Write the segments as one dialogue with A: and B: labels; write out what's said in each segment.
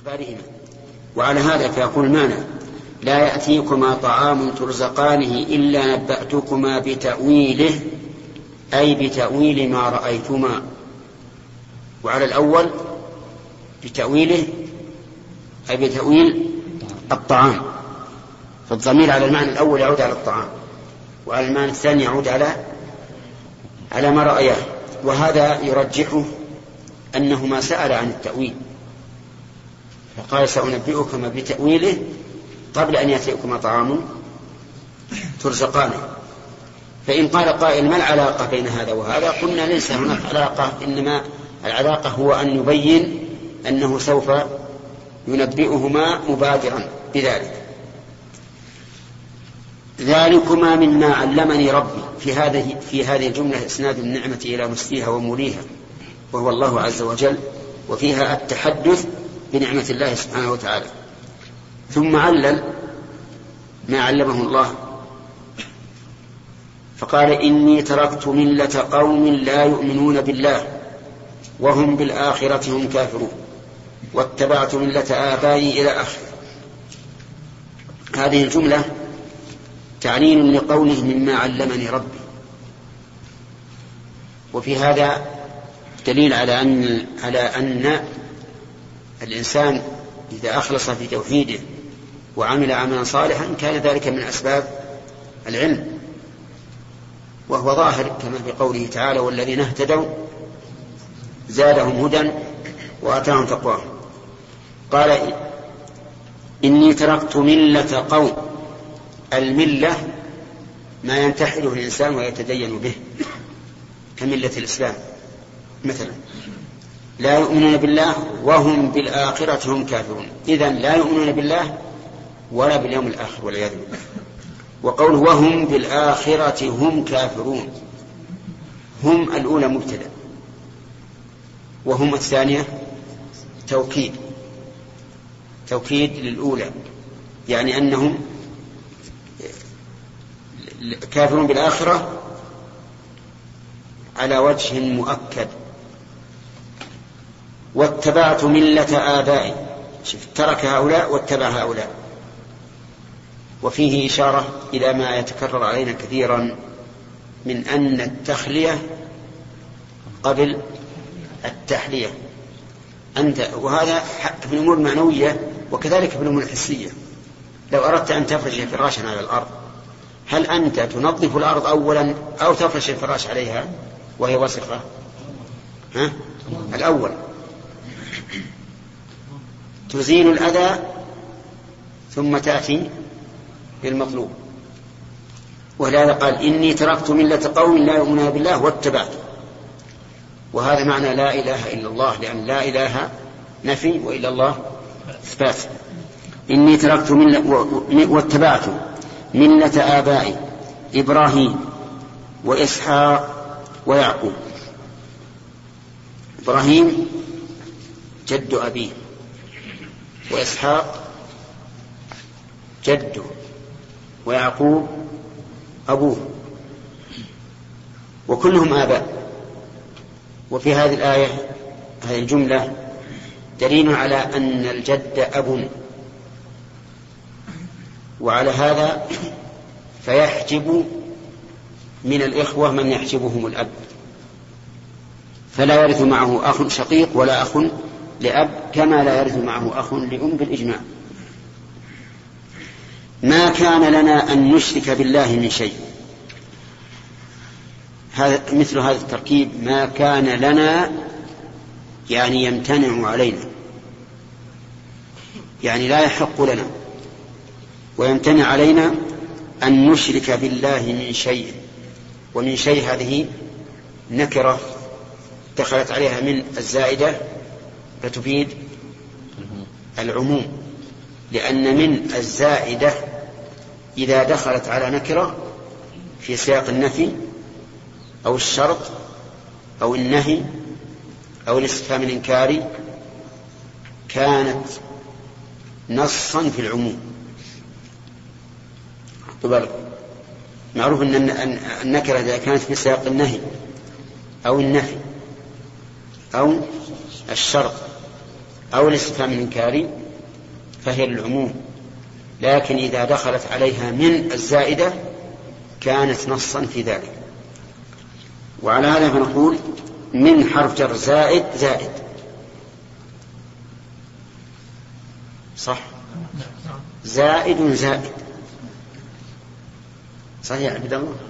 A: إخبارهما. وعلى هذا فيقول المعنى: لا يأتيكما طعام ترزقانه إلا نبأتكما بتأويله، أي بتأويل ما رأيتما. وعلى الأول بتأويله أي بتأويل الطعام، فالضمير على المعنى الأول يعود على الطعام، وعلى المعنى الثاني يعود على ما رأيه. وهذا يرجحه أنهما سأل عن التأويل، فقال: سأنبئكما بتأويله قبل أن يأتيكما طعام ترزقانه. فإن قال قائل: ما العلاقة بين هذا وهذا؟ قلنا: ليس هناك علاقة، إنما العلاقة هو أن يبين أنه سوف ينبئهما مبادرا بذلك. ذلكما مما علمني ربي. في هذه الجملة إسناد النعمة إلى مسليها وموليها، وهو الله عز وجل، وفيها التحدث بنعمة الله سبحانه وتعالى. ثم علل ما علمه الله فقال: إني تركت ملة قوم لا يؤمنون بالله وهم بالآخرة هم كافرون واتبعت ملة آبائي إلى آخره. هذه الجملة تعليل لقوله: مما علمني ربي. وفي هذا دليل على أن الإنسان إذا أخلص في توحيده وعمل عملا صالحا كان ذلك من أسباب العلم، وهو ظاهر كما في قوله تعالى: والذين اهتدوا زادهم هدى وآتاهم تقواهم. قال: إني تركت ملة قوم. الملة ما ينتحله الإنسان ويتدين به، كملة الإسلام مثلا. لا يؤمنون بالله وهم بالآخرة هم كافرون، إذن لا يؤمنون بالله ولا باليوم الآخر والعياذ بالله. وقوله وهم بالآخرة هم كافرون، هم الأولى مبتدأ، وهم الثانية توكيد للأولى، يعني أنهم كافرون بالآخرة على وجه مؤكد. واتبعت ملة آبائي، ترك هؤلاء واتبع هؤلاء. وفيه إشارة إلى ما يتكرر علينا كثيرا من أن التخلية قبل التحلية. وهذا في الأمور المعنوية وكذلك في الأمور الحسية. لو أردت أن تفرش فراشا على الأرض، هل أنت تنظف الأرض أولا أو تفرش الفراش عليها وهي وسخة؟ الأول. تزيل الأذى ثم تأتي بالمطلوب. ولهذا قال: إني تركت ملة قوم لا يؤمنون بالله واتبعت. وهذا معنى لا إله إلا الله، لأن لا إله نفي وإلا الله إثبات. إني تركت واتبعت ملة آبائي إبراهيم وإسحاق ويعقوب. إبراهيم جد أبيه، وإسحاق جده، ويعقوب أبوه، وكلهم آباء. وفي هذه الآية هذه الجملة دليل على أن الجد أب، وعلى هذا فيحجب من الإخوة من يحجبهم الأب، فلا يرث معه أخ شقيق ولا أخ لأب، كما لا يرث معه أخ لأم بالإجماع. ما كان لنا أن نشرك بالله من شيء. مثل هذا التركيب: ما كان لنا يعني يمتنع علينا، يعني لا يحق لنا ويمتنع علينا أن نشرك بالله من شيء. ومن شيء هذه نكرة دخلت عليها من الزائدة فتفيد العموم، لأن من الزائدة إذا دخلت على نكرة في سياق النفي أو الشرط أو النهي أو الاستفهام الإنكاري كانت نصا في العموم. معروف أن النكرة إذا كانت في سياق النهي أو النفي أو الشرط أو الاستفهام الإنكاري فهي للعموم، لكن إذا دخلت عليها من الزائدة كانت نصا في ذلك. وعلى هذا فنقول من حرف جر زائد زائد، صح؟ زائد زائد، صحيح يا عبد الله؟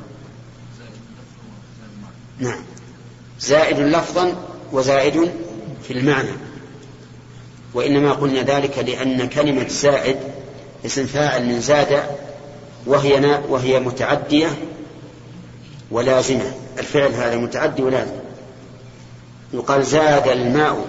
A: نعم، زائد لفظا وزائد في المعنى. وإنما قلنا ذلك لأن كلمة زائد اسم فاعل من زاد، وهي متعدية ولازمة. الفعل هذا متعدي ولازم. يقال زاد الماء،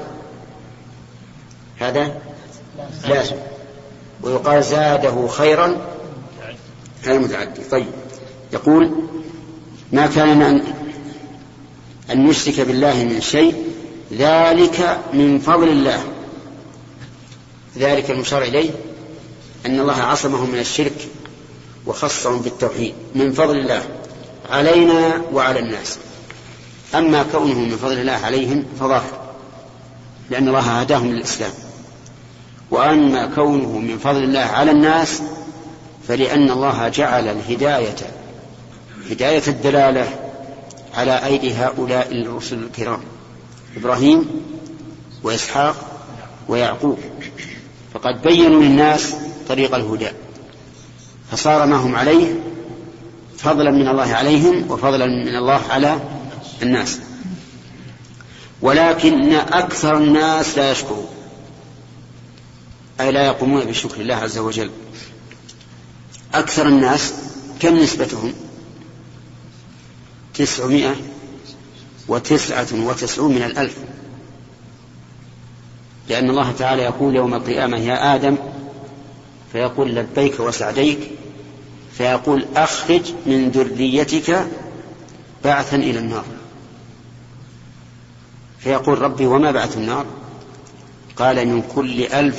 A: هذا لازم. ويقال زاده خيرا، هذا متعدي. طيب، يقول ما كان أن نشرك بالله من شيء، ذلك من فضل الله. ذلك المشار إليه أن الله عصمهم من الشرك وخصهم بالتوحيد، من فضل الله علينا وعلى الناس. أما كونه من فضل الله عليهم فظاهر، لأن الله هداهم للإسلام. وأما كونه من فضل الله على الناس فلأن الله جعل الهداية هداية الدلالة على أيدي هؤلاء الرسل الكرام إبراهيم وإسحاق ويعقوب، فقد بينوا للناس طريق الهدى، فصار ما هم عليه فضلا من الله عليهم وفضلا من الله على الناس. ولكن أكثر الناس لا يشكرون، أي لا يقومون بشكر الله عز وجل. أكثر الناس كم نسبتهم؟ 999 من 1000، لأن الله تعالى يقول يوم القيامة يا آدم، فيقول لبيك وسعديك، فيقول أخرج من ذريتك بعثا إلى النار، فيقول ربي وما بعث النار؟ قال من كل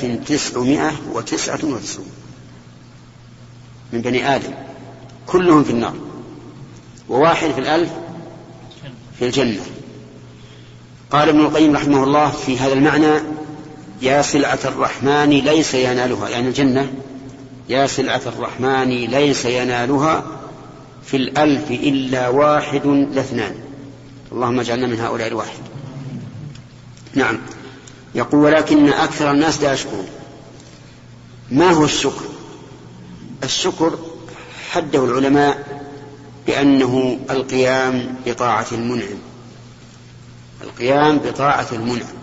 A: 1999 من بني آدم كلهم في النار، وواحد في 1000 في الجنة. قال ابن القيم رحمه الله في هذا المعنى يا سلعة الرحمن ليس ينالها، يعني الجنة، يا سلعة الرحمن ليس ينالها في 1000 إلا 1 لاثنان، اللهم اجعلنا من هؤلاء الواحد. نعم، يقول ولكن أكثر الناس لا يشكرون. ما هو الشكر؟ الشكر حده العلماء بأنه القيام بطاعة المنعم، القيام بطاعة المنعم.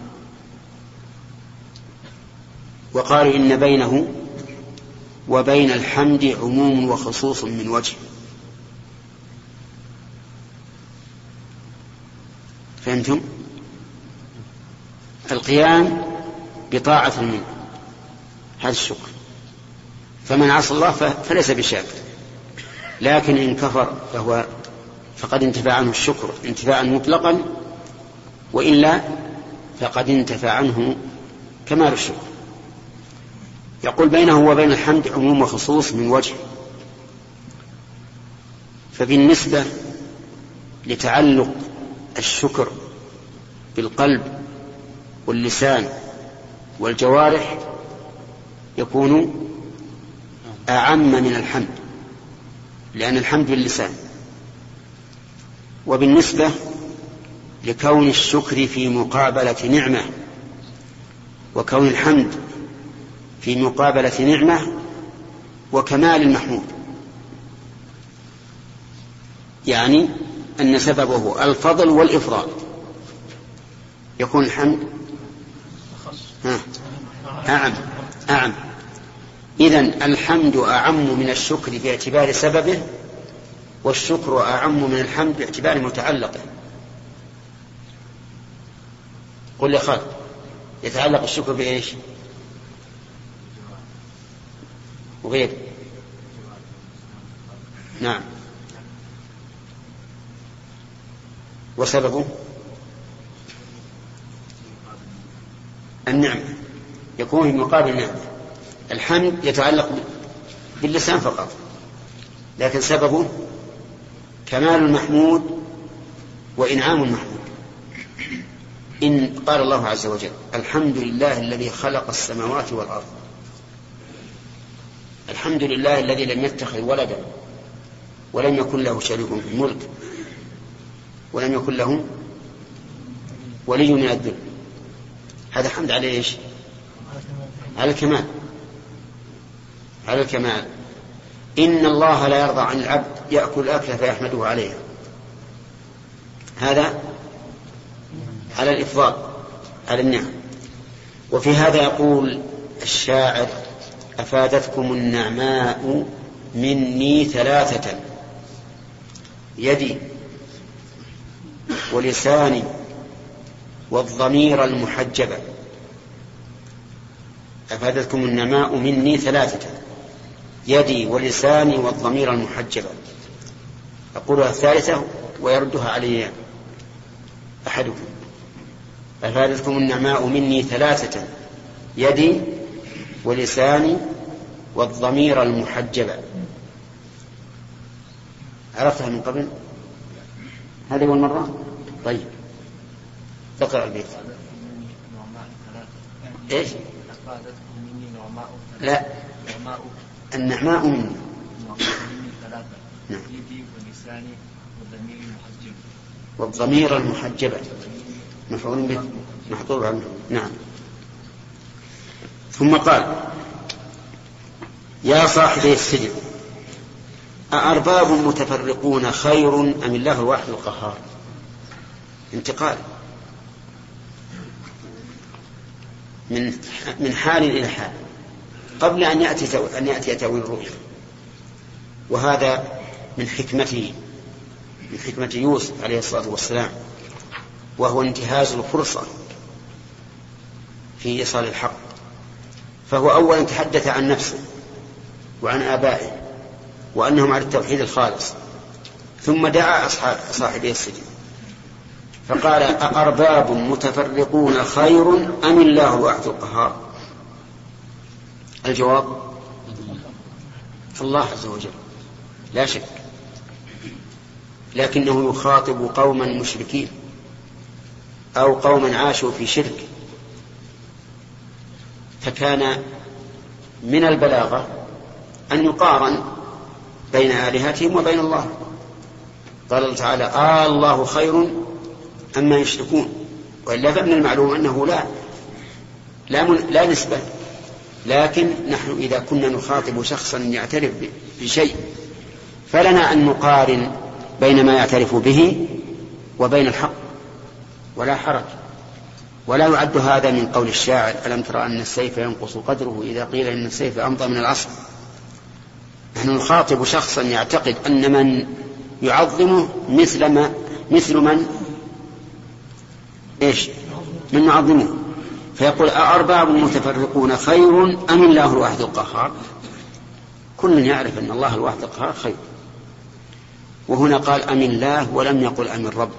A: وقالوا إن بينه وبين الحمد عموم وخصوص من وجه. فهمتم؟ القيام بطاعة المنعم هذا الشكر، فمن عصى الله فليس بشاكر، لكن إن كفر فقد انتفى عنه الشكر انتفاعا مطلقا، وإلا فقد انتفى عنه كمال الشكر. يقول بينه وبين الحمد عموم وخصوص من وجه. فبالنسبة لتعلق الشكر بالقلب واللسان والجوارح يكون أعم من الحمد، لأن الحمد باللسان. وبالنسبة لكون الشكر في مقابلة نعمة وكون الحمد في مقابلة نعمة وكمال المحمود، يعني أن سببه الفضل والإفضال، يكون الحمد أعم. إذن الحمد أعم من الشكر باعتبار سببه، والشكر أعم من الحمد باعتبار متعلقه. قل لي خالد، يتعلق الشكر بإيش وغير؟ نعم، وسببه النعمة، يكون في مقابل النعمة. الحمد يتعلق باللسان فقط، لكن سببه كمال المحمود وإنعام المحمود. إن قال الله عز وجل الحمد لله الذي خلق السماوات والأرض، الحمد لله الذي لم يتخذ ولدا ولم يكن له شريك في الملك ولم يكن له ولي من الذل. هذا حمد على إيش؟ على الكمال، على الكمال. إن الله لا يرضى عن العبد يأكل أكله فيحمده عليها، هذا على الإفضال، على النعم. وفي هذا يقول الشاعر أفادتكم النعماء مني ثلاثة، يدي ولساني والضمير المحجبة. أفادتكم النعماء مني ثلاثة، يدي ولساني والضمير المحجبة. أقولها الثالثة ويردها علي أحدكم. أفادتكم النعماء مني ثلاثة، يدي ولساني والضمير المحجبة. عرفتها من قبل؟ هذه أول مرة؟ طيب تقرأ البيت. إيش؟ لا، النعماء مني ثلاثة، نعم.
B: يدي ولساني والضمير المحجب،
A: والضمير المحجبة مفعول به محطوط عنه، نعم. ثم قال يا صاحبي السجن أأرباب متفرقون خير أم الله الواحد القهار؟ انتقال من حال إلى حال قبل أن يأتي تأويل الرؤيا. وهذا من حكمة يوسف عليه الصلاة والسلام، وهو انتهاز الفرصة في إيصال الحق. فهو أولا تحدث عن نفسه وعن آبائه وأنهم على التوحيد الخالص، ثم دعا صاحبي السجن فقال أأرباب متفرقون خير أم الله الواحد القهار؟ الجواب الله عز وجل لا شك، لكنه يخاطب قوما مشركين أو قوما عاشوا في شرك، فكان من البلاغة أن يقارن بين آلهتهم وبين الله. قال الله تعالى الله خير أما يشركون، وإلا فمن المعلوم أنه لا نسبة. لكن نحن إذا كنا نخاطب شخصا يعترف بشيء فلنا أن نقارن بين ما يعترف به وبين الحق ولا حرج. ولا يعد هذا من قول الشاعر ألم ترى أن السيف ينقص قدره إذا قيل إن السيف أمضى من العصر. نحن نخاطب شخصا يعتقد أن من يعظمه مثل من إيش من يعظمه، فيقول أأرباب متفرقون خير أم الله الواحد القهار؟ كل يعرف أن الله الواحد القهار خير. وهنا قال أم الله ولم يقل أم الرب،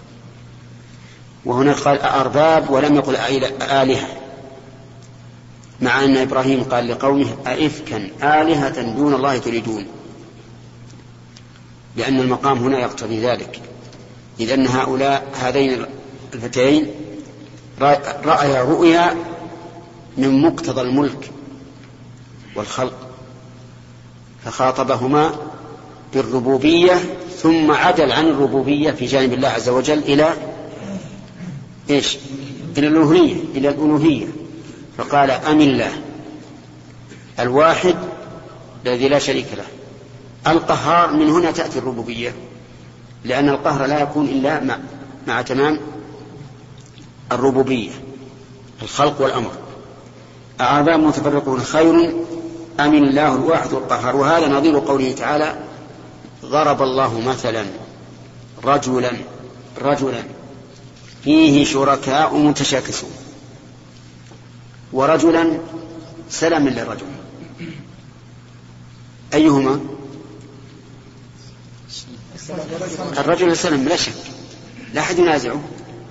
A: وهنا قال أأرباب ولم يقل آلهة، مع أن إبراهيم قال لقومه أئفكا آلهة دون الله تريدون، لأن المقام هنا يقتضي ذلك، إذ أن هذين الفتيين رأيا رؤيا من مقتضى الملك والخلق، فخاطبهما بالربوبية ثم عدل عن الربوبية في جانب الله عز وجل إلى إيش؟ إلى الألوهية. فقال أم الله الواحد الذي لا شريك له القهار. من هنا تأتي الربوبية، لأن القهر لا يكون إلا مع تمام الربوبية، الخلق والأمر. أأرباب متفرقون خير أم الله الواحد القهار. وهذا نظير قوله تعالى ضرب الله مثلا رجلا فيه شركاء متشاكسون، ورجلا سلما للرجل، أيهما؟ الرجل سلم لا شك، لا أحد ينازعه.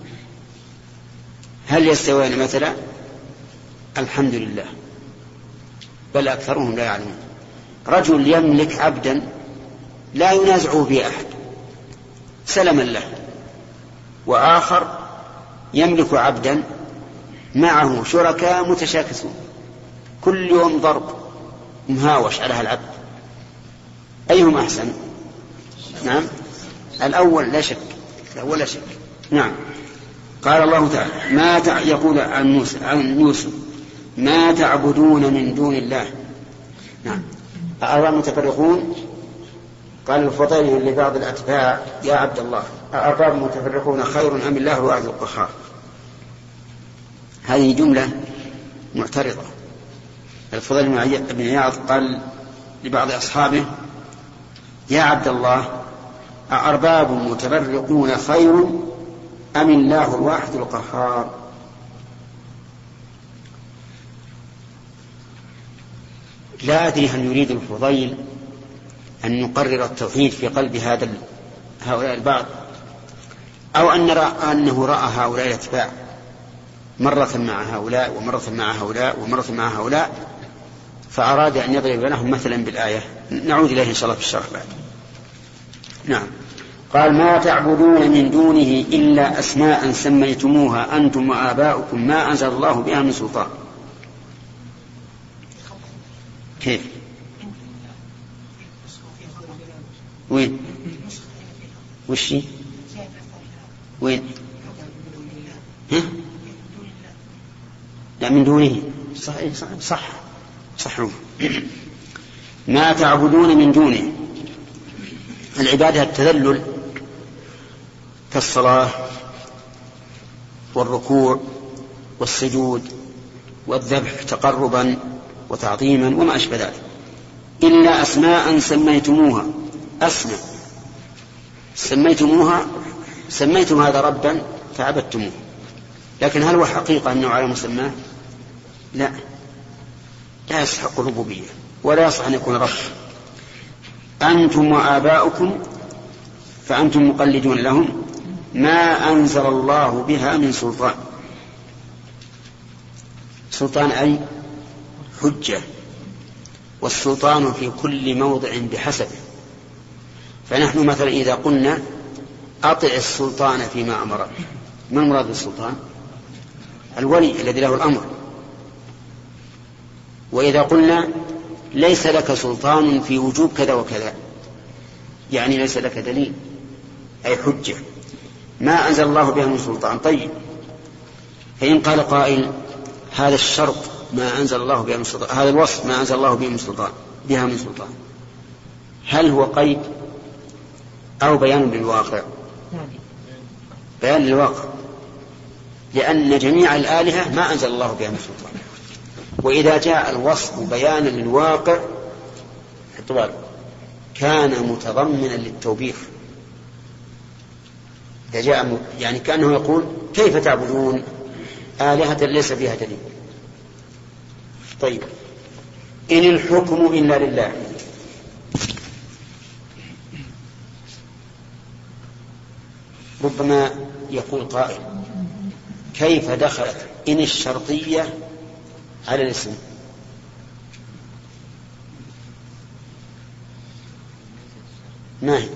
A: هل يستويان مثلا؟ الحمد لله، بل أكثرهم لا يعلمون. رجل يملك عبدا لا ينازعه به أحد سلما له، وآخر يملك عبدا معه شركاء متشاكسون، كل يوم ضرب مهاوش على هالعبد، أيهم أحسن؟ نعم الأول لا شك، الأول لا شك. نعم. قال الله تعالى ما يقول عن يوسف ما تعبدون من دون الله. نعم. أرباب متفرقون، قال الفضيل لبعض الأتباع يا عبد الله أرباب متفرقون خير أم الله الواحد القهار؟ هذه جملة معترضة. الفضيل بن عياض قال لبعض أصحابه يا عبد الله أرباب متفرقون خير أم الله الواحد القهار؟ لا أدري هل يريد الفضيل أن نقرر التوحيد في قلب هؤلاء البعض، أو أنه رأى هؤلاء الأتباع مرة مع هؤلاء ومرة مع هؤلاء ومرة مع هؤلاء، فأراد أن يضرب لهم مثلا بالآية. نعود إليه إن شاء الله في الشرح بعد. نعم. قال ما تعبدون من دونه إلا أسماء سميتموها أنتم وآباؤكم ما أنزل الله بها من سلطان. كيف؟ وين؟ وشي؟ وين؟ ها؟ لا من دونه. صح. ما تعبدون من دونه، العبادة التذلل كالصلاة والركوع والسجود والذبح تقربا وتعظيما وما أشبه ذلك، إلا أسماء سميتموها. أسماء سميتم هذا ربا فعبدتموه، لكن هل هو حقيقة أنه على مسماه؟ لا يستحق الربوبية ولا يصح أن يكون رب. أنتم وآباؤكم فأنتم مقلدون لهم ما أنزل الله بها من سلطان. سلطان أي حجة، والسلطان في كل موضع بحسبه. فنحن مثلا إذا قلنا أطع السلطان فيما أمرك، ما المراد بالسلطان؟ الولي الذي له الأمر. وإذا قلنا ليس لك سلطان في وجوب كذا وكذا، يعني ليس لك دليل أي حجة، ما أنزل الله بها من سلطان. طيب، فإن قال قائل هذا الشرط ما أنزل الله بها من سلطان، هذا الوصف ما أنزل الله بها من سلطان، هل هو قيد أو بيان للواقع؟ بيان للواقع، لأن جميع الآلهة ما أنزل الله بها من سلطان. وإذا جاء الوصف بيانا للواقع كان متضمنا للتوبيخ. إذا جاء يعني كأنه يقول كيف تعبدون آلهة ليس فيها دليل؟ طيب، إن الحكم إلا لله. ربما يقول قائل كيف دخلت إن الشرطية على الاسم؟ ما هي؟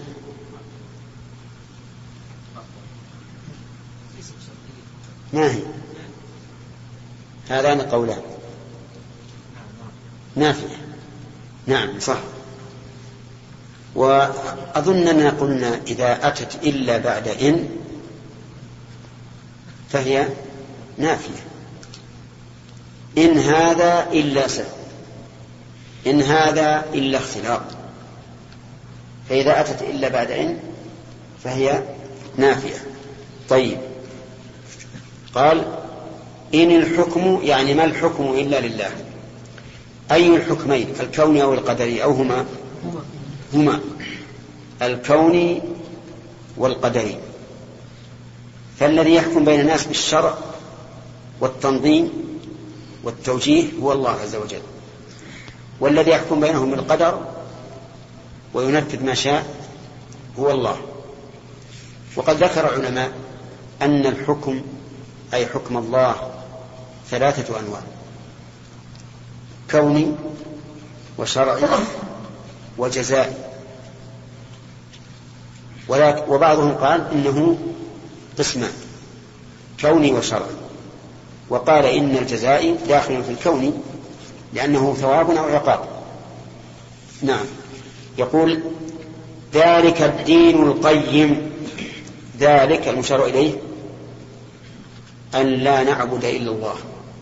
A: هذان قولان. نافية. نعم صح. وأظننا قلنا إذا أتت إلا بعد إن فهي نافية. إن هذا إلا سبب، إن هذا إلا اختلاط، فإذا أتت إلا بعد إن فهي نافية. طيب، قال إن الحكم يعني ما الحكم إلا لله. أي الحكمين، الكوني أو القدري، أو هما الكوني والقدري. فالذي يحكم بين الناس بالشرع والتنظيم والتوجيه هو الله عز وجل، والذي يحكم بينهم بالقدر وينفذ ما شاء هو الله. وقد ذكر علماء أن الحكم أي حكم الله 3 أنواع: كوني وشرعي وجزائي. وبعضهم قال إنه قسمان: كوني وشرعي، وقال إن الجزاء داخل في الكون لأنه ثواب أو عقاب. نعم. يقول ذلك الدين القيم، ذلك المشار إليه أن لا نعبد إلا الله.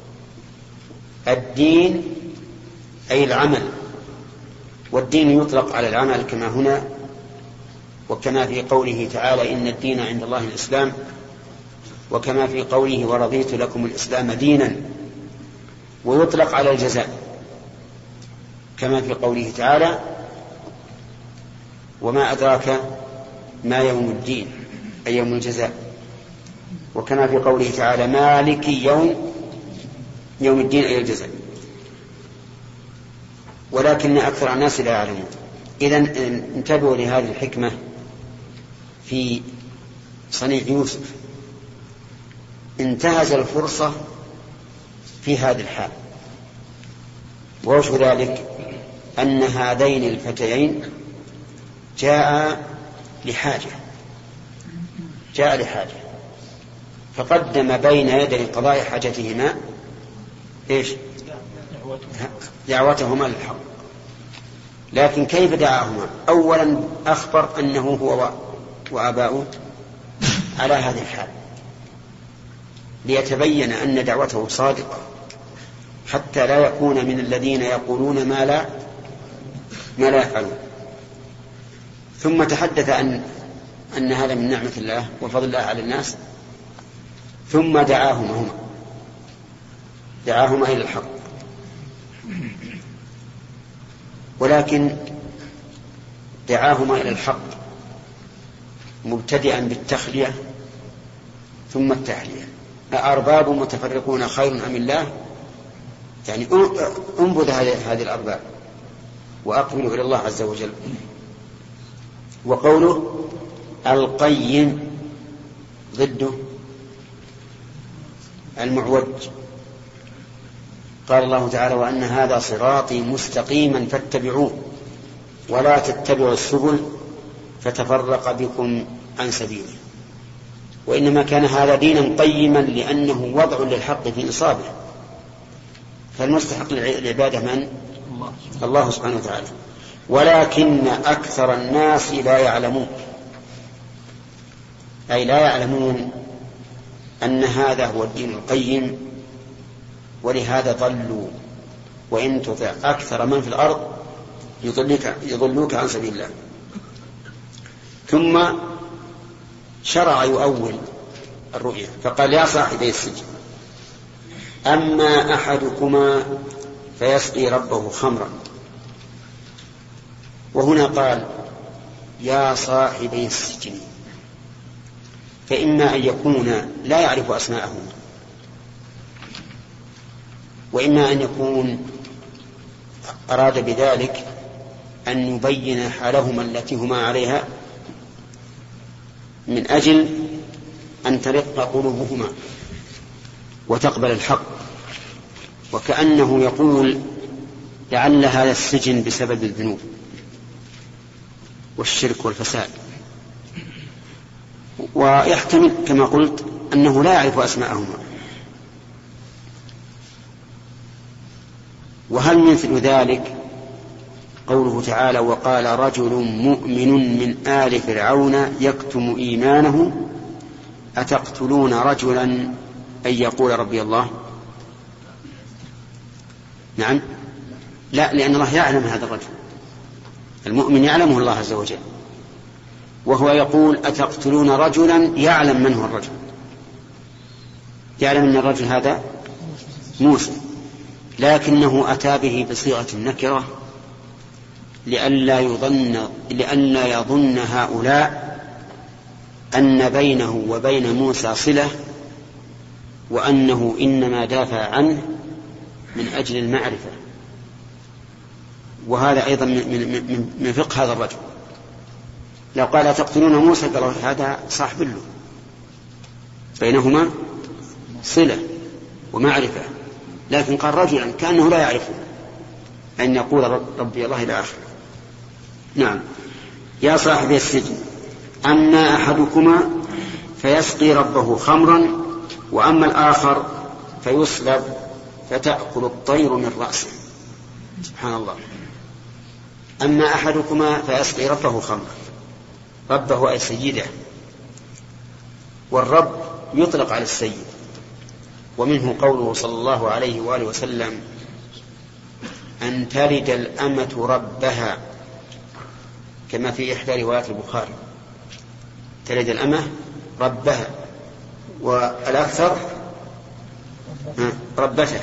A: الدين أي العمل، والدين يطلق على العمل كما هنا وكما في قوله تعالى إن الدين عند الله الإسلام، وكما في قوله ورضيت لكم الإسلام دينا، ويطلق على الجزاء كما في قوله تعالى وما أدراك ما يوم الدين أي يوم الجزاء، وكما في قوله تعالى مالك يوم الدين أي الجزاء. ولكن أكثر الناس لا يعلمون. إذن انتبهوا لهذه الحكمة في صنيع يوسف، انتهز الفرصة في هذه الحال. ووجه ذلك أن هذين الفتيين جاء لحاجة فقدم بين يدي قضاء حاجتهما دعوتهما للحق. لكن كيف دعاهما؟ أولا أخبر أنه هو وآباؤه على هذه الحال ليتبين أن دعوته صادقة، حتى لا يكون من الذين يقولون ما لا يفعلون. ثم تحدث أن هذا من نعمة الله وفضل الله على الناس، ثم دعاهما إلى الحق. ولكن دعاهما إلى الحق مبتدئا بالتخلية ثم التحلية. أأرباب متفرقون خير أم الله؟ يعني انبذ هذه الأرباب وأقبلوا إلى الله عز وجل. وقوله القيم ضده المعوج. قال الله تعالى وأن هذا صراطي مستقيما فاتبعوه ولا تتبعوا السبل فتفرق بكم عن سبيله. وإنما كان هذا دينا قيما لأنه وضع للحق في إصابه، فالمستحق للعبادة من؟ الله سبحانه وتعالى. ولكن أكثر الناس لا يعلمون، أي لا يعلمون أن هذا هو الدين القيم، ولهذا ضلوا. وإن تطع أكثر من في الأرض يضلوك عن سبيل الله. ثم شرع يؤول الرؤيا فقال يا صاحبي السجن أما أحدكما فيسقي ربه خمرا. وهنا قال يا صاحبي السجن، فإما أن يكون لا يعرف أسماءهما، وإما أن يكون أراد بذلك أن يبين حالهما التي هما عليها من أجل أن ترق قلوبهما وتقبل الحق. وكأنه يقول لعل هذا السجن بسبب الذنوب والشرك والفساد، ويحتمل كما قلت أنه لا يعرف أسماءهما. وهل مثل ذلك قوله تعالى وقال رجل مؤمن من آل فرعون يكتم إيمانه أتقتلون رجلا أن يقول ربي الله؟ نعم، لا، لأن الله يعلم هذا الرجل، المؤمن يعلمه الله عز وجل، وهو يقول أتقتلون رجلا يعلم من هو الرجل، يعلم أن الرجل هذا موسى، لكنه أتى به بصيغة النكرة لئلا يظن هؤلاء أن بينه وبين موسى صلة، وأنه إنما دافع عنه من أجل المعرفة. وهذا أيضا من فقه هذا الرجل. لو قال تقتلون موسى قالوا هذا صاحب له، بينهما صلة ومعرفة، لكن قال رجلا كأنه لا يعرفه أن يقول ربي الله إلى آخره. نعم. يا صاحبي السجن أما أحدكما فيسقي ربه خمرا وأما الآخر فيصلب فتأكل الطير من رأسه. سبحان الله. أما أحدكما فيسقي ربه خمرا، ربه أي سيده، والرب يطلق على السيد، ومنه قوله صلى الله عليه وآله وسلم أن تلد الأمة ربها، كما في إحدى روايات البخاري، تلد الأمة ربها، والأكثر ربته.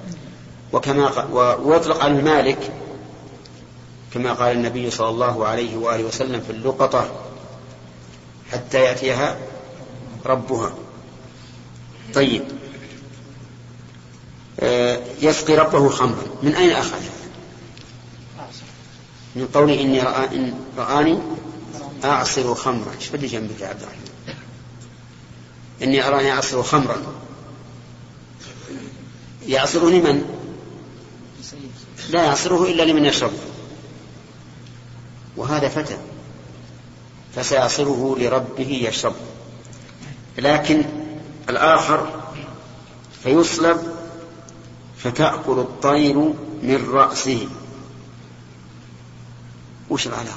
A: ويطلق على المالك كما قال النبي صلى الله عليه وآله وسلم في اللقطة حتى يأتيها ربها. طيب، يسقي ربه خمرا، من أين أخذ؟ من قولي إني رآني أعصر خمرا. ايش بدي جنبك يا عبد الرحمن؟ إني أراني أعصر خمرا، يعصره لمن؟ لا يعصره إلا لمن يشرب، وهذا فتى فسيعصره لربه يشرب. لكن الآخر فيصلب فتأكل الطير من رأسه. وش العلاقة؟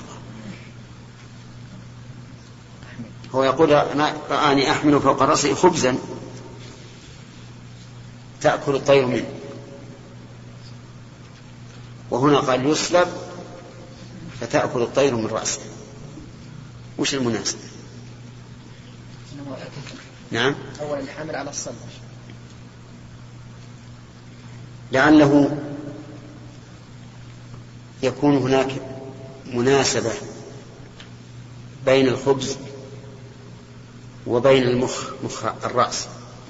A: هو يقول رآني أحمل فوق رأسي خبزا تأكل الطير منه، وهنا قال يصلب فتأكل الطير من رأسه. وش المناسب؟ نعم،
C: أول الحمل على الصلب،
A: لعله يكون هناك مناسبة بين الخبز وبين مخ الرأس،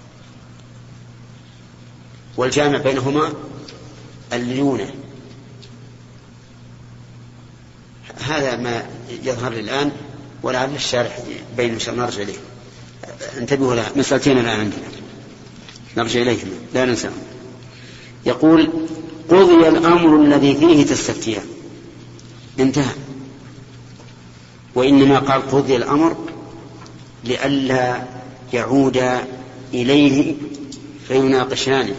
A: والجامع بينهما الليونة. هذا ما يظهر لي الآن، ولعل الشارح بين إن شاء الله نرجع إليه. انتبهوا لها، مسألتين الآن عندنا نرجع إليهما لا ننساهم. يقول قضي الأمر الذي فيه تستفتيان، انتهى. وإنما قال قضي الأمر لئلا يعود إليه فيناقشاه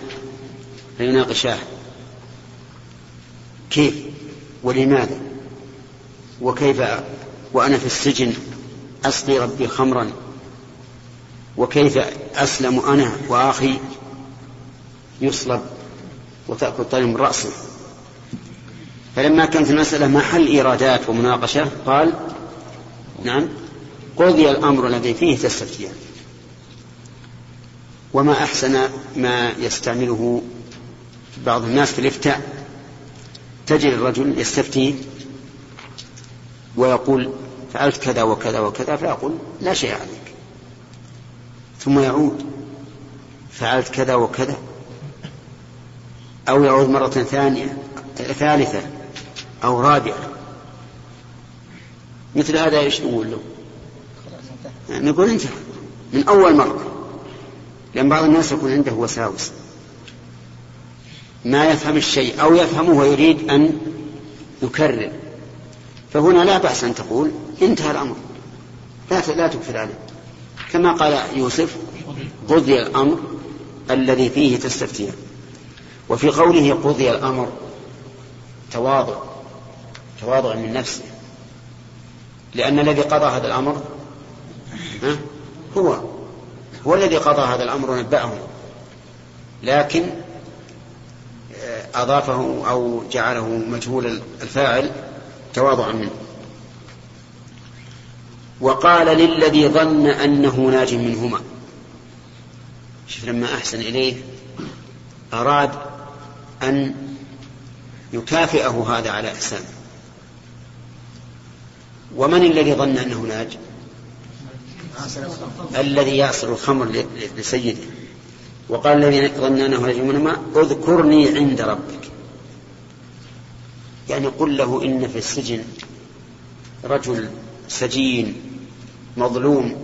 A: كيف ولماذا وكيف، وأنا في السجن أسقي ربي خمرا، وكيف أسلم أنا وأخي يصلب وتأكل الطير من رأسه. فلما كانت المسألة محل إيرادات ومناقشة قال نعم قضي الأمر الذي فيه تستفتيان. وما أحسن ما يستعمله بعض الناس في الإفتاء، تجد الرجل يستفتي ويقول فعلت كذا وكذا وكذا، فيقول لا شيء عليك، ثم يعود فعلت كذا وكذا، أو يعود مرة ثالثة أو رابعة. مثل هذا ايش نقول له؟ نقول انتهى من أول مرة، لأن بعض الناس يكون عنده وساوس ما يفهم الشيء أو يفهمه ويريد أن يكرر، فهنا لا بأس أن تقول انتهى الأمر، لا تكثر عليه، كما قال يوسف قضي الأمر الذي فيه تستفتيان. وفي قوله قضي الأمر تواضع من نفسه، لأن الذي قضى هذا الأمر هو الذي قضى هذا الأمر ونبأه، لكن أضافه أو جعله مجهول الفاعل تواضعا منه. وقال للذي ظن أنه ناج منهما، شوف لما أحسن إليه أراد أن يكافئه هذا على إحسانه. ومن الذي ظن أنه ناج؟ الذي يعصر الخمر لسيده. وقال الذي ظن أنه ناج منهما اذكرني عند ربك، يعني قل له إن في السجن رجل سجين مظلوم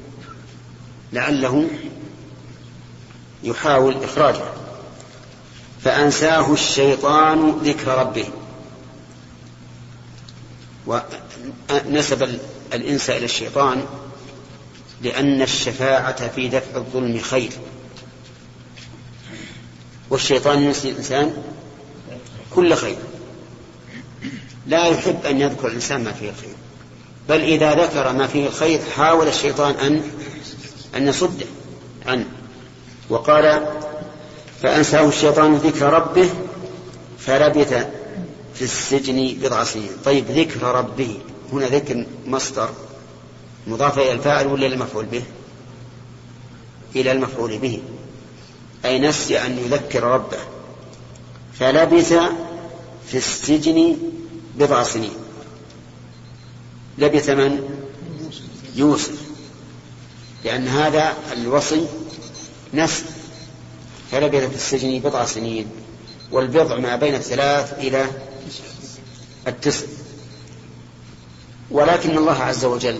A: لعله يحاول إخراجه، فأنساه الشيطان ذكر ربه. ونسب الإنس إلى الشيطان لأن الشفاعة في دفع الظلم خير، والشيطان ينسي الإنسان كل خير، لا يحب أن يذكر الإنسان ما فيه الخير، بل إذا ذكر ما فيه الخير حاول الشيطان أن يصده عنه. وقال فأنساه الشيطان ذكر ربه فلبث في السجن بضع سنين. طيب ذكر ربه هنا ذكر مصدر مضاف إلى الفاعل ولا المفعول به؟ إلى المفعول به، أي نسي أن يذكر ربه. فلبث في السجن بضع سنين. لبث من؟ يوسف، لأن هذا الوصي نسي. فلبث في السجن بضع سنين، والبضع ما بين 3 إلى 9. ولكن الله عز وجل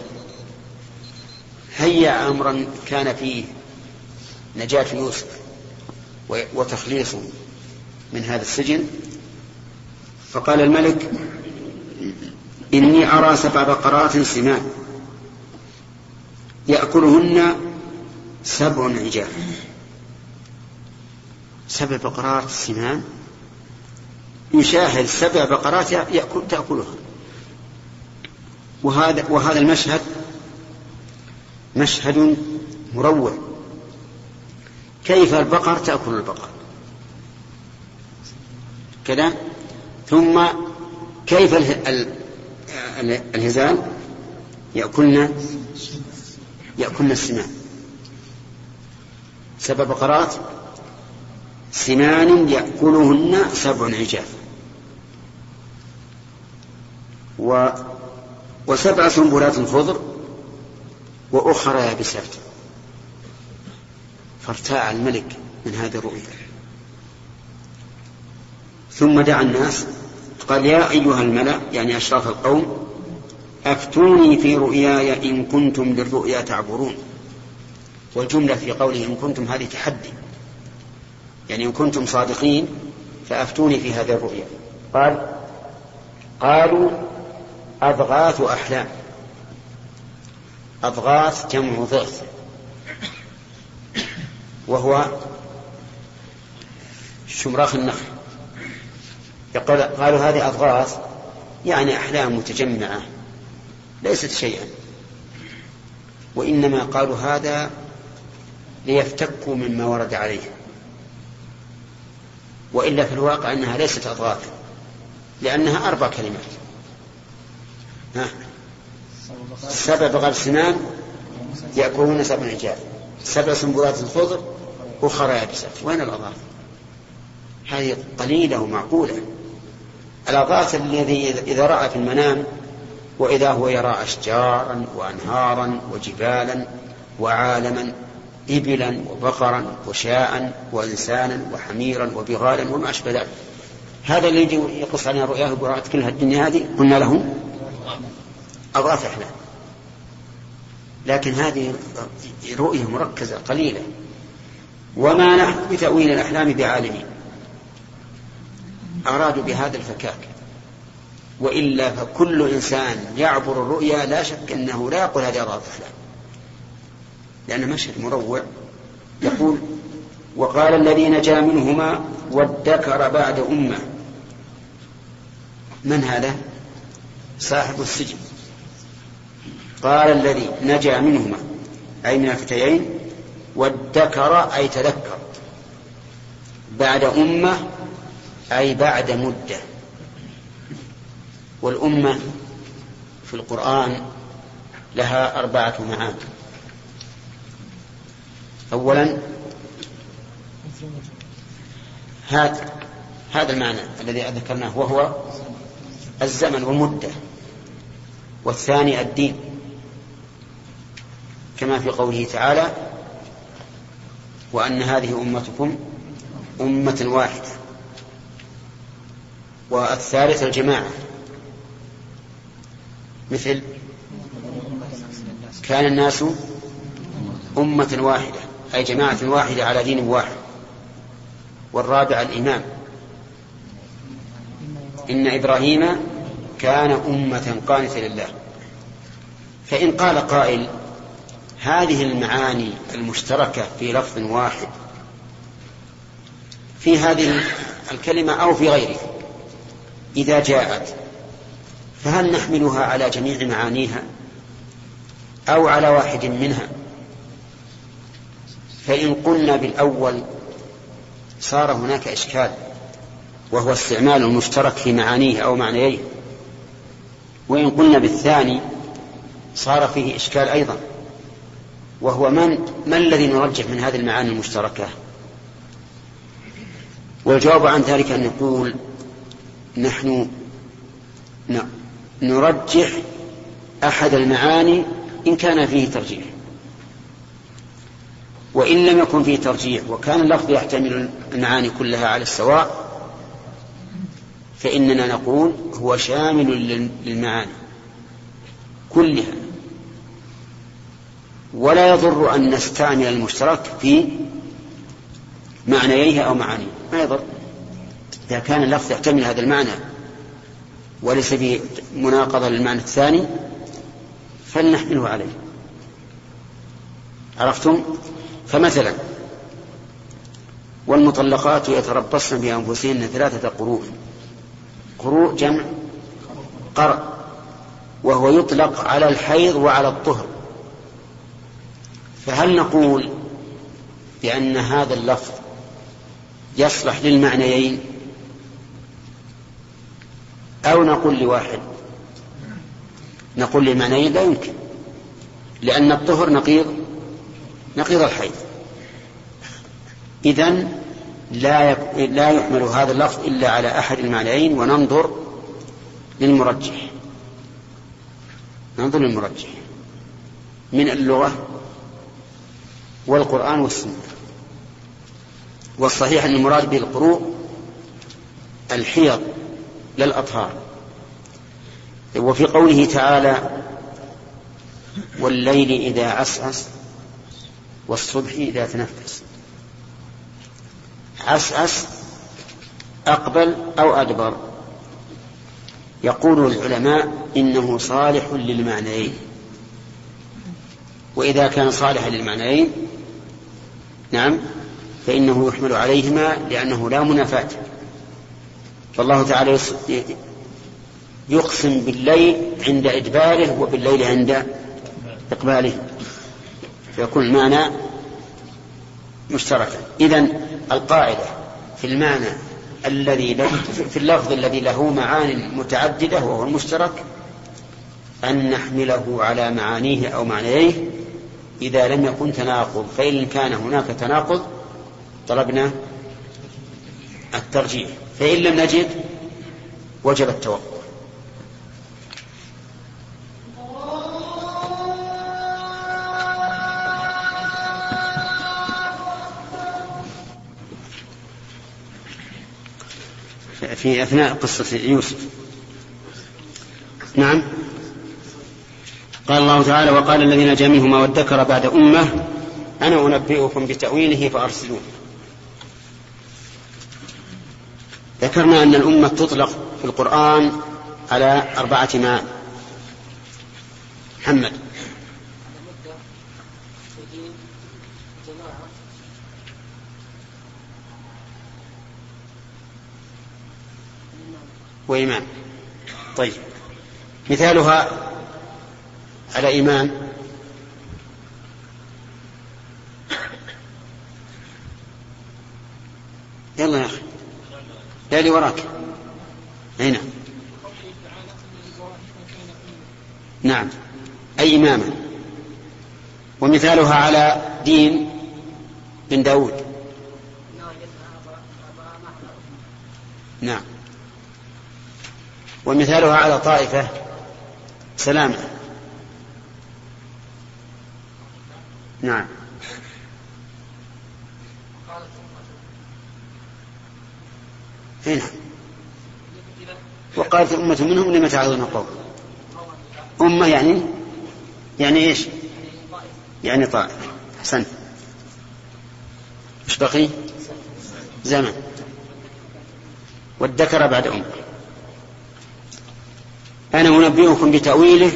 A: هيأ أمرا كان فيه نجاة يوسف وتخليصه من هذا السجن. فقال الملك إني أرى 7 بقرات سمان يأكلهن 7 عجاف. 7 بقرات سمان، يشاهد 7 بقرات تأكلها. وهذا المشهد مشهد مروع. كيف البقر تأكل البقر كذا، ثم كيف الهزال يأكلن السمان. 7 بقرات سمان يأكلهن 7 عجاف، 7 سنبلات خضر وأخرى يابسات. فارتاع الملك من هذه الرؤيا، ثم دعا الناس قال يا أيها الملأ، يعني أشراف القوم، أفتوني في رؤياي إن كنتم للرؤيا تعبرون. والجملة في قوله إن كنتم هذه تحدي، يعني إن كنتم صادقين فأفتوني في هذه الرؤيا. قالوا أضغاث أحلام. أضغاث جمع ضغث، وهو شمراخ النخل. قالوا هذه أضغاث يعني أحلام متجمعة ليست شيئا، وإنما قالوا هذا ليفتكوا مما ورد عليه، وإلا في الواقع أنها ليست أضغاث، لأنها 4 كلمات. 7 بقر سمان يأكلون 7 عجاف، 7 سنبلات خضر أخرى يابسات. وين الأضغاث؟ هذه قليلة ومعقولة. الأضغاث الذي إذا رأى في المنام وإذا هو يرى أشجارا وأنهارا وجبالا وعالما، إبلا وبقرا وشاء وإنسانا وحميرا وبغالا وما أشبه ذلك. هذا اللي يجي يقص علينا رؤياه برأت كلها الدنيا هذه قلنا له أضغاث أحلام. لكن هذه رؤية مركزة قليلة. وما نحن بتأويل الأحلام بعالمين. أرادوا بهذا الفكاك، وإلا فكل إنسان يعبر الرؤيا لا شك أنه لا يقول هذه أضغاث أحلام، لأن مشهد مروع. يقول وقال الذي نجا منهما وادكر بعد أمة. من هذا؟ صاحب السجن. قال الذي نجا منهما أي من الفتيين، وادكر أي تذكر، بعد أمة أي بعد مدة. والأمة في القرآن لها 4 معاني. أولا هذا المعنى الذي ذكرناه وهو الزمن والمدة. والثاني الدين، كما في قوله تعالى وأن هذه أمتكم أمة واحدة. والثالث الجماعة، مثل كان الناس أمة واحدة أي جماعة واحدة على دين واحد. والرابع الإمام، إن إبراهيم كان أمة قانتا لله. فإن قال قائل هذه المعاني المشتركة في لفظ واحد في هذه الكلمة أو في غيرها إذا جاءت، فهل نحملها على جميع معانيها أو على واحد منها؟ فإن قلنا بالأول صار هناك إشكال، وهو استعمال المشترك في معانيه أو معنيه، وإن قلنا بالثاني صار فيه إشكال أيضا، وهو من الذي نرجح من هذه المعاني المشتركة؟ والجواب عن ذلك أن نقول نحن نرجح أحد المعاني إن كان فيه ترجيح، وإن لم يكن فيه ترجيح وكان اللفظ يحتمل المعاني كلها على السواء فإننا نقول هو شامل للمعاني كلها، ولا يضر أن نستعمل المشترك في معنيه أو معانيه، ما يضر إذا كان اللفظ يحتمل هذا المعنى وليس فيه مناقضة للمعنى الثاني فلنحمله عليه. عرفتم؟ فمثلا والمطلقات يتربصن بأنفسهن 3 قروء، قروء جمع قرء، وهو يطلق على الحيض وعلى الطهر، فهل نقول بأن هذا اللفظ يصلح للمعنيين أو نقول لواحد؟ نقول للمعنيين لا يمكن، لأن الطهر نقيض الحيض، إذن لا يحمل هذا اللفظ إلا على أحد المعنيين، وننظر للمرجح من اللغة والقرآن والسنة. والصحيح أن المراد بالقروء الحيض لا الأطهار. وفي قوله تعالى والليل إذا عسعس والصبح إذا تنفس، عسعس أقبل أو أدبر، يقول العلماء إنه صالح للمعنيين، وإذا كان صالحا للمعنيين نعم فإنه يحمل عليهما لأنه لا منافاة. فالله تعالى يقسم بالليل عند إدباره وبالليل عند إقباله، فيكون المعنى مشتركا. إذن القاعدة في المعنى في اللفظ الذي له معان متعددة وهو المشترك أن نحمله على معانيه أو معنيه إذا لم يكن تناقض، فإن كان هناك تناقض طلبنا الترجيح، فإن لم نجد وجب التوقف. في أثناء قصة يوسف نعم قال الله تعالى وقال الذي نجا منهما وادكر بعد أمة أنا أنبئكم بتأويله فأرسلون. ذكرنا أن الأمة تطلق في القرآن على 4 معاني. محمد وإيمان. طيب مثالها على إيمان يلا يا أخي لا لي وراك هنا نعم أي إماما. ومثالها على دين بن داود نعم. ومثالها على طائفة سلامة نعم. هنا وقالت أمة منهم لما تعظون قوم. أمة يعني إيش؟ يعني طائفة. حسن إيش بقي؟ زمن. وادكر بعد أمة أنا أنبئكم بتأويله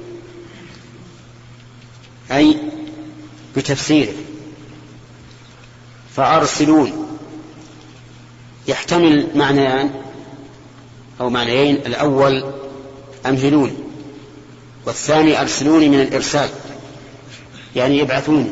A: أي بتفسيره فأرسلون يحتمل معنيان أو معنيين: الأول أمهلوني، والثاني أرسلوني من الإرسال، يعني يبعثوني.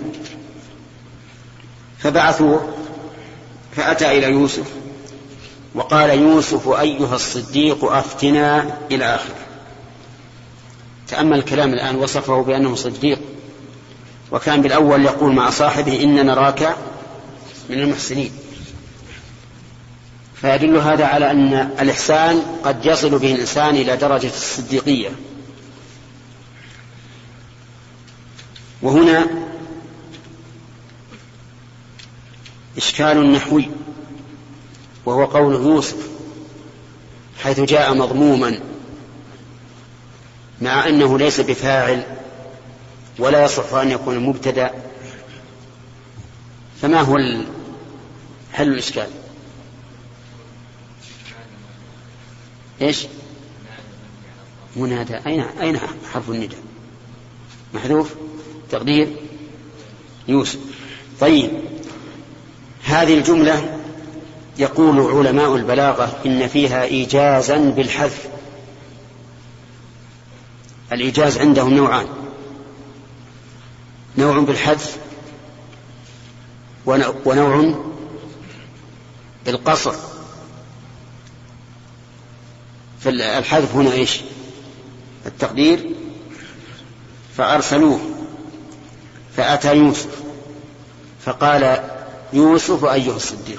A: فبعثوه فأتى إلى يوسف وقال: يوسف أيها الصديق أفتنا، إلى آخره. تأمل الكلام الآن، وصفه بأنه صديق، وكان بالأول يقول مع صاحبه: إن نراك من المحسنين. فيدل هذا على أن الإحسان قد يصل به الإنسان إلى درجة الصديقية. وهنا إشكال نحوي، وهو قول يوسف حيث جاء مضموما مع أنه ليس بفاعل ولا يصح أن يكون مبتدأ، فما هو حل الإشكال؟ إيش؟ منادى. أين حرف النداء؟ محذوف، تقدير يوسف. طيب، هذه الجملة يقول علماء البلاغة إن فيها إيجازا بالحذف. الإيجاز عندهم نوعان: نوع بالحذف ونوع بالقصر. فالحذف هنا إيش؟ التقدير: فأرسلوه فأتى يوسف فقال: يوسف أيها الصديق.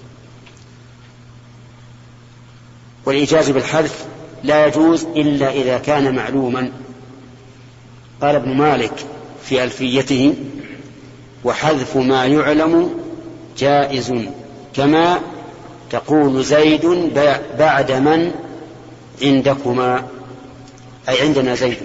A: والإيجاز بالحذف لا يجوز إلا إذا كان معلوما. قال ابن مالك في ألفيته: وحذف ما يعلم جائز، كما تقول زيد بعد من عندكما، أي عندنا زيد.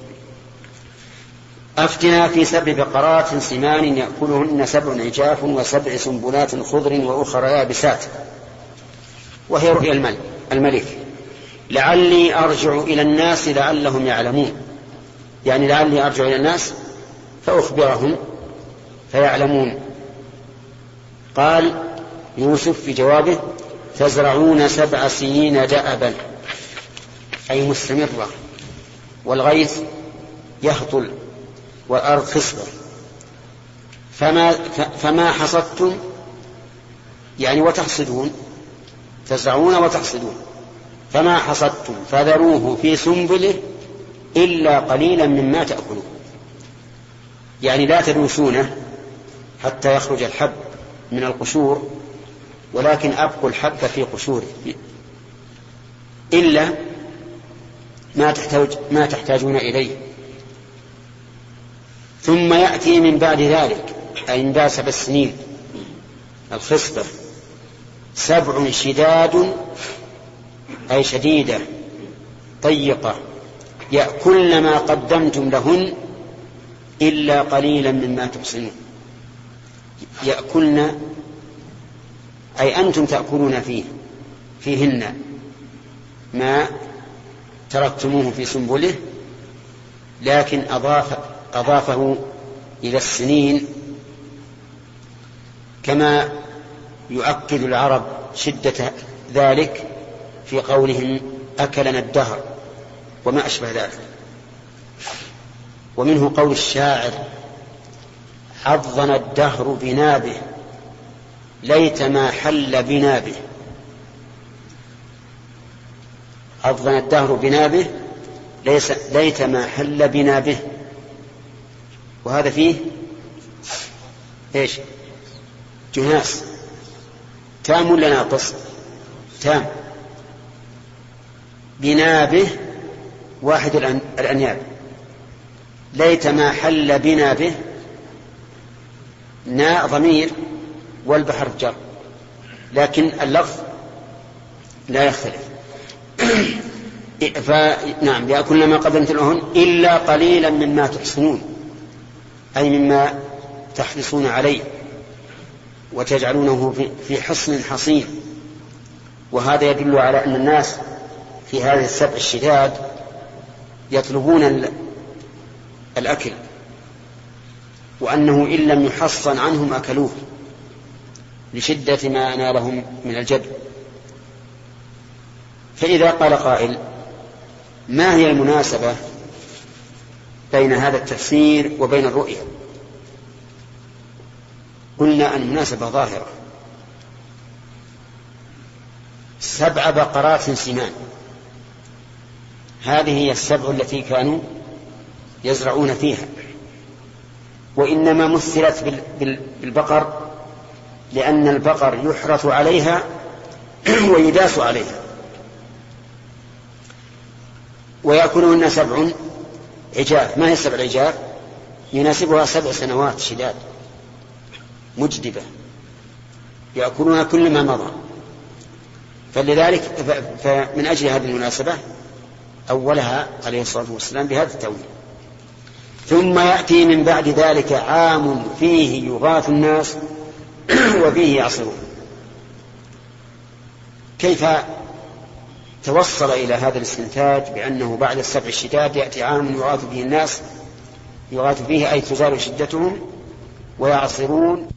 A: أفتنا في 7 بقرات سمان يأكلهن 7 عجاف و7 سنبلات خضر وأخرى يابسات، وهي رؤيا الملك. لعلي أرجع إلى الناس لعلهم يعلمون، يعني لعلي أرجع إلى الناس فأخبرهم فيعلمون. قال يوسف في جوابه: تزرعون 7 سنين دأبا، أي مستمرة، والغيث يهطل والأرض خصبة، فما حصدتم، يعني وتحصدون، تزرعون وتحصدون، فما حصدتم فذروه في سنبله إلا قليلا مما تأكلون، يعني لا تدوسونه حتى يخرج الحب من القشور، ولكن أبقوا الحب في قشوره إلا ما تحتاجون إليه. ثم يأتي من بعد ذلك، أي من بعد 7 سنين الخصبة، 7 شداد، أي شديدة ضيقة، يأكلن ما قدمتم لهن إلا قليلا مما تحصنون. يأكلن أي أنتم تأكلون فيهن ما تركتموه في سنبله، لكن أضافه إلى السنين، كما يؤكد العرب شدة ذلك في قولهم: أكلنا الدهر، وما أشبه ذلك. ومنه قول الشاعر: حظنا الدهر بنابه ليت ما حل بنابه. حظنا الدهر بنابه ليت ما حل بنابه. وهذا فيه إيش؟ جناس. تام ولا ناقص؟ تام. بنابه واحد الأنياب. ليت ما حل بنابه، ناء ضمير والبحر جر، لكن اللفظ لا يختلف. فنعم، يأكلن ما قدمت لهن إلا قليلا مما تحصنون، أي مما تحرصون عليه وتجعلونه في حصن حصين. وهذا يدل على أن الناس في هذه 7 الشداد يطلبون الأكل، وأنه إن لم يحصن عنهم أكلوه لشدة ما نالهم من الجد. فإذا قال قائل ما هي المناسبة بين هذا التفسير وبين الرؤية؟ قلنا المناسبة ظاهرة. 7 بقرات سمان، هذه هي السبع التي كانوا يزرعون فيها، وإنما مثلت بالبقر لأن البقر يحرث عليها ويداس عليها، ويأكلهن 7 عجاف. ما هي 7 عجاف؟ يناسبها 7 سنوات شداد مجدبة يأكلونها كل ما مضى. فلذلك فمن أجل هذه المناسبة أولها عليه الصلاة والسلام بهذا التأويل. ثم يأتي من بعد ذلك عام فيه يغاث الناس وفيه يعصرون. كيف توصل إلى هذا الاستنتاج بأنه بعد 7 الشداد يأتي عام يغاث فيه الناس، يغاث فيه أي تزال شدتهم ويعصرون